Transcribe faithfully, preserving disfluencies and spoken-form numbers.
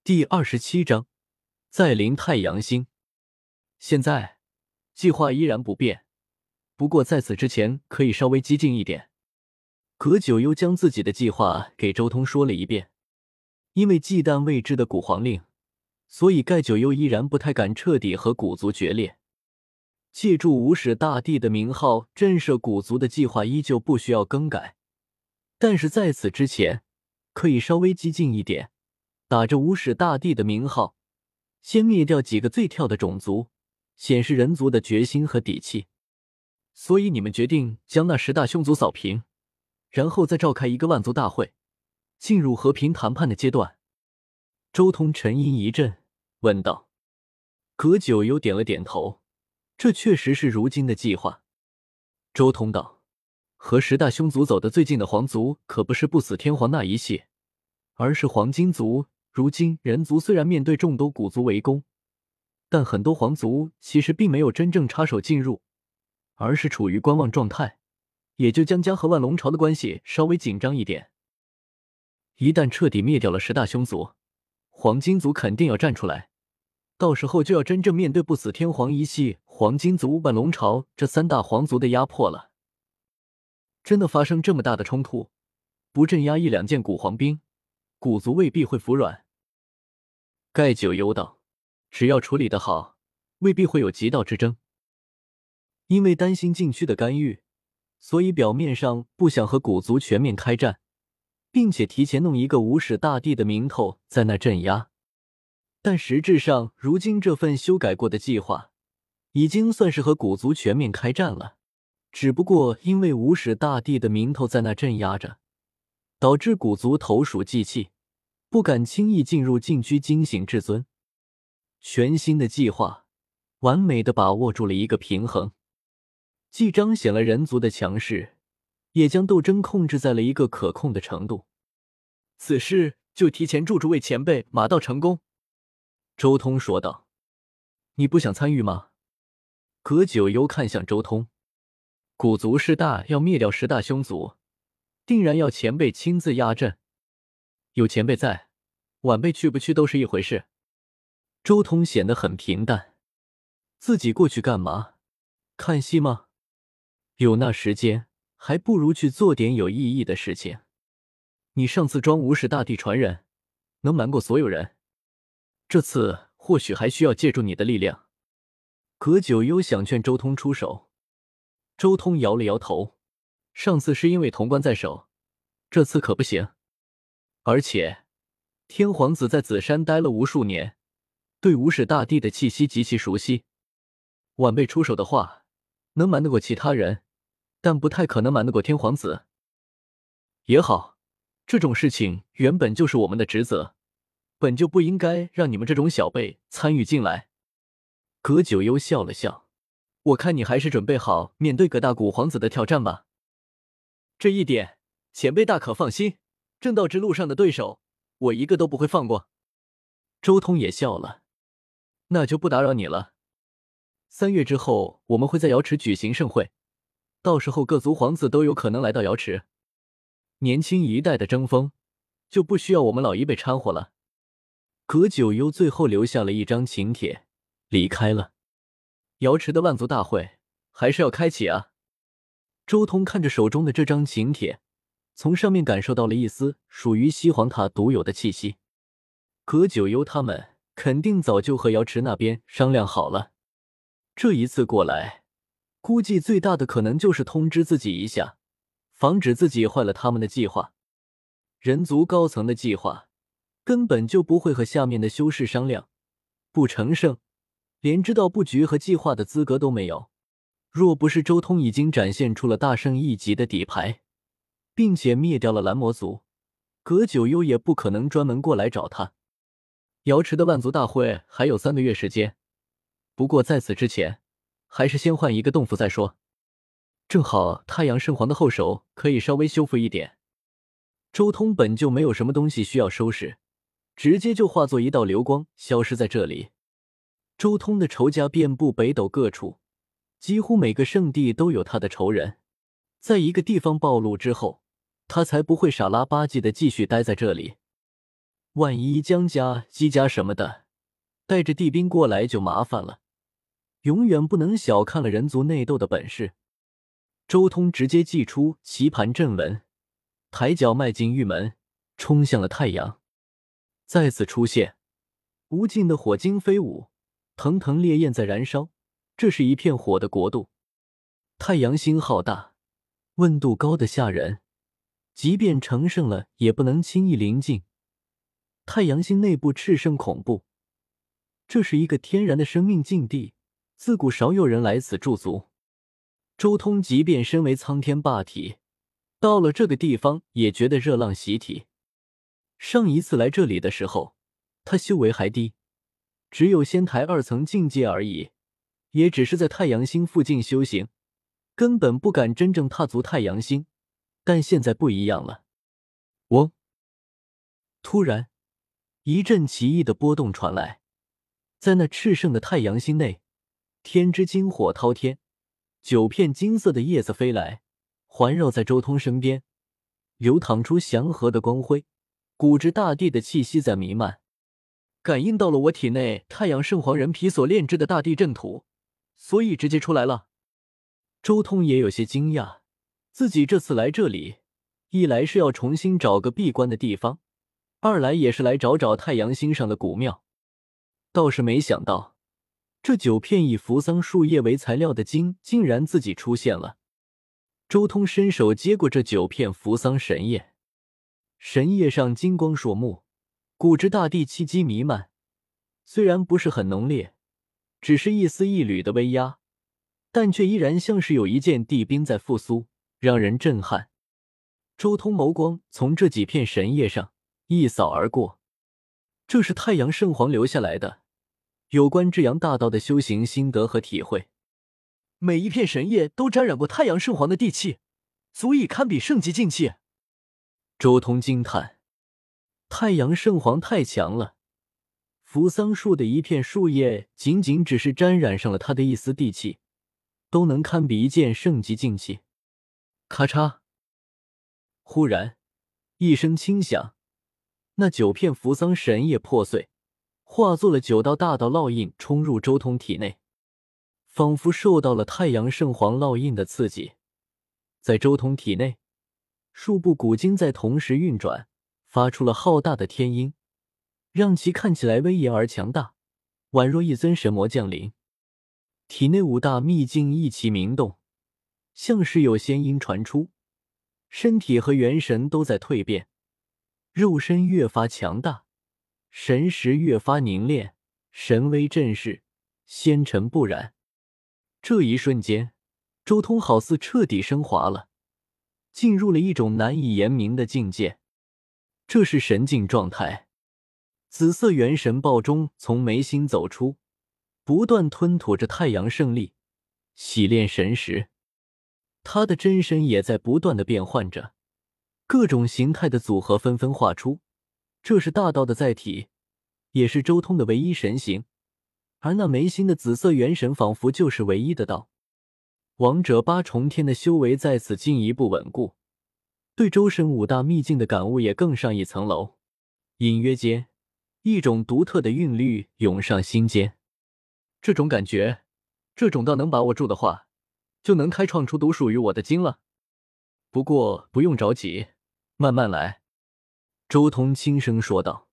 第二十七章，再临太阳星。现在计划依然不变，不过在此之前可以稍微激进一点。葛九幽将自己的计划给周通说了一遍。因为忌惮未知的古皇令，所以盖九幽依然不太敢彻底和古族决裂。借助无始大帝的名号震慑古族的计划依旧不需要更改，但是在此之前可以稍微激进一点，打着无始大帝的名号，先灭掉几个最跳的种族，显示人族的决心和底气。所以你们决定将那十大凶族扫平，然后再召开一个万族大会，进入和平谈判的阶段。周通沉吟一阵，问道。葛九幽点了点头，这确实是如今的计划。周通道，和十大凶族走得最近的皇族可不是不死天皇那一系，而是黄金族。如今人族虽然面对众多古族围攻，但很多皇族其实并没有真正插手进入，而是处于观望状态，也就将将和万龙朝的关系稍微紧张一点。一旦彻底灭掉了十大凶族，黄金族肯定要站出来，到时候就要真正面对不死天皇一系、黄金族、万龙朝这三大皇族的压迫了。真的发生这么大的冲突，不镇压一两件古皇兵，古族未必会服软。盖九幽道，只要处理得好，未必会有极道之争。因为担心禁区的干预，所以表面上不想和古族全面开战，并且提前弄一个无始大帝的名头在那镇压。但实质上，如今这份修改过的计划已经算是和古族全面开战了，只不过因为无始大帝的名头在那镇压着，导致古族投鼠忌器，不敢轻易进入禁区惊醒至尊。全新的计划完美地把握住了一个平衡，既彰显了人族的强势，也将斗争控制在了一个可控的程度。此事就提前祝诸位前辈马到成功。周通说道。你不想参与吗？葛九幽看向周通。古族势大，要灭掉十大凶族，定然要前辈亲自压阵。有前辈在，晚辈去不去都是一回事。周通显得很平淡。自己过去干嘛？看戏吗？有那时间，还不如去做点有意义的事情。你上次装无始大帝传人，能瞒过所有人，这次或许还需要借助你的力量。葛九幽想劝周通出手。周通摇了摇头，上次是因为潼关在手，这次可不行。而且天皇子在紫山待了无数年，对无始大帝的气息极其熟悉，晚辈出手的话能瞒得过其他人，但不太可能瞒得过天皇子。也好，这种事情原本就是我们的职责，本就不应该让你们这种小辈参与进来。葛九幽笑了笑，我看你还是准备好面对葛大古皇子的挑战吧。这一点前辈大可放心，正道之路上的对手我一个都不会放过。周通也笑了，那就不打扰你了。三月之后我们会在瑶池举行盛会，到时候各族皇子都有可能来到瑶池，年轻一代的争锋就不需要我们老一辈掺和了。葛九幽最后留下了一张请帖，离开了。瑶池的万族大会还是要开启啊。周通看着手中的这张请帖，从上面感受到了一丝属于西皇塔独有的气息。葛九幽他们肯定早就和瑶池那边商量好了，这一次过来，估计最大的可能就是通知自己一下，防止自己坏了他们的计划。人族高层的计划根本就不会和下面的修士商量，不成圣，连知道布局和计划的资格都没有。若不是周通已经展现出了大圣一级的底牌，并且灭掉了蓝魔族，葛九幽也不可能专门过来找他。瑶池的万族大会还有三个月时间，不过在此之前，还是先换一个洞府再说。正好太阳圣皇的后手可以稍微修复一点。周通本就没有什么东西需要收拾，直接就化作一道流光消失在这里。周通的仇家遍布北斗各处，几乎每个圣地都有他的仇人，在一个地方暴露之后，他才不会傻拉吧唧的继续待在这里。 万一江家、姬家什么的带着地兵过来就麻烦了。永远不能小看了人族内斗的本事。周通直接祭出棋盘阵纹，抬脚迈进玉门，冲向了太阳。再次出现，无尽的火晶飞舞，腾腾烈焰在燃烧。这是一片火的国度。太阳星浩大，温度高得吓人，即便成圣了也不能轻易临近。太阳星内部炽盛恐怖，这是一个天然的生命禁地，自古少有人来此驻足。周通即便身为苍天霸体，到了这个地方也觉得热浪袭体。上一次来这里的时候，他修为还低，只有仙台二层境界而已，也只是在太阳星附近修行，根本不敢真正踏足太阳星。但现在不一样了。嗡！突然，一阵奇异的波动传来，在那炽盛的太阳星内，天之金火滔天，九片金色的叶子飞来，环绕在周通身边，流淌出祥和的光辉，古之大地的气息在弥漫。感应到了我体内太阳圣皇人皮所炼制的大地阵图，所以直接出来了。周通也有些惊讶，自己这次来这里，一来是要重新找个闭关的地方，二来也是来找找太阳星上的古庙。倒是没想到，这九片以扶桑树叶为材料的金竟然自己出现了。周通伸手接过这九片扶桑神叶，神叶上金光烁目，古之大地气机弥漫，虽然不是很浓烈，只是一丝一缕的威压，但却依然像是有一件地兵在复苏，让人震撼。周通眸光从这几片神叶上一扫而过，这是太阳圣皇留下来的有关至阳大道的修行心得和体会。每一片神叶都沾染过太阳圣皇的地气，足以堪比圣级境界。周通惊叹，太阳圣皇太强了，扶桑树的一片树叶仅仅只是沾染上了他的一丝地气，都能堪比一件圣级境器。咔嚓！忽然一声轻响，那九片扶桑神叶破碎，化作了九道大道烙印，冲入周通体内，仿佛受到了太阳圣皇烙印的刺激。在周通体内，数部古经在同时运转，发出了浩大的天音，让其看起来威严而强大，宛若一尊神魔降临。体内五大秘境一齐鸣动，像是有仙音传出，身体和元神都在蜕变，肉身越发强大，神识越发凝练，神威震世，仙尘不染。这一瞬间，周通好似彻底升华了，进入了一种难以言明的境界。这是神境状态。紫色元神爆中从眉心走出，不断吞吐着太阳圣力，洗炼神识。他的真身也在不断的变换着，各种形态的组合纷纷画出。这是大道的载体，也是周通的唯一神形，而那眉心的紫色元神仿佛就是唯一的道。王者八重天的修为在此进一步稳固，对周身五大秘境的感悟也更上一层楼。隐约间，一种独特的韵律涌上心间。这种感觉，这种道能把握住的话，就能开创出独属于我的经了。不过不用着急，慢慢来。周通轻声说道。